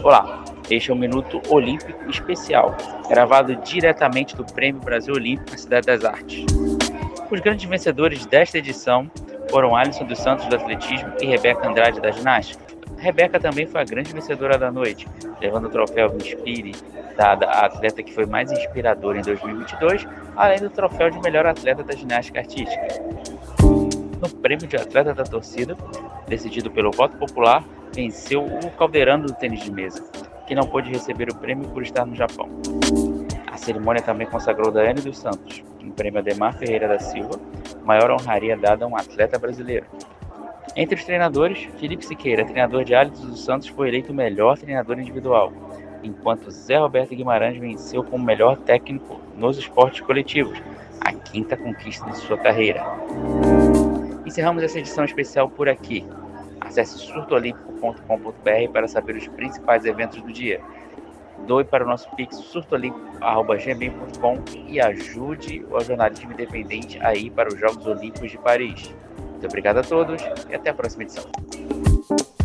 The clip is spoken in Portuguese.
Olá, este é o Minuto Olímpico Especial, gravado diretamente do Prêmio Brasil Olímpico na Cidade das Artes. Os grandes vencedores desta edição foram Alisson dos Santos do atletismo e Rebeca Andrade da ginástica. A Rebeca também foi a grande vencedora da noite, levando o troféu Me Inspire, dada à atleta que foi mais inspiradora em 2022, além do troféu de melhor atleta da ginástica artística. No prêmio de atleta da torcida, decidido pelo voto popular, venceu o Calderano do tênis de mesa, que não pôde receber o prêmio por estar no Japão. A cerimônia também consagrou Daiane dos Santos, em prêmio Ademar Ferreira da Silva, maior honraria dada a um atleta brasileiro. Entre os treinadores, Felipe Siqueira, treinador de Alisson dos Santos, foi eleito o melhor treinador individual, enquanto Zé Roberto Guimarães venceu como melhor técnico nos esportes coletivos, a quinta conquista de sua carreira. Encerramos essa edição especial por aqui. Acesse surtoolímpico.com.br para saber os principais eventos do dia. Doe para o nosso Pix surtoolímpico@gmail.com e ajude o jornalismo independente a ir para os Jogos Olímpicos de Paris. Muito obrigado a todos e até a próxima edição.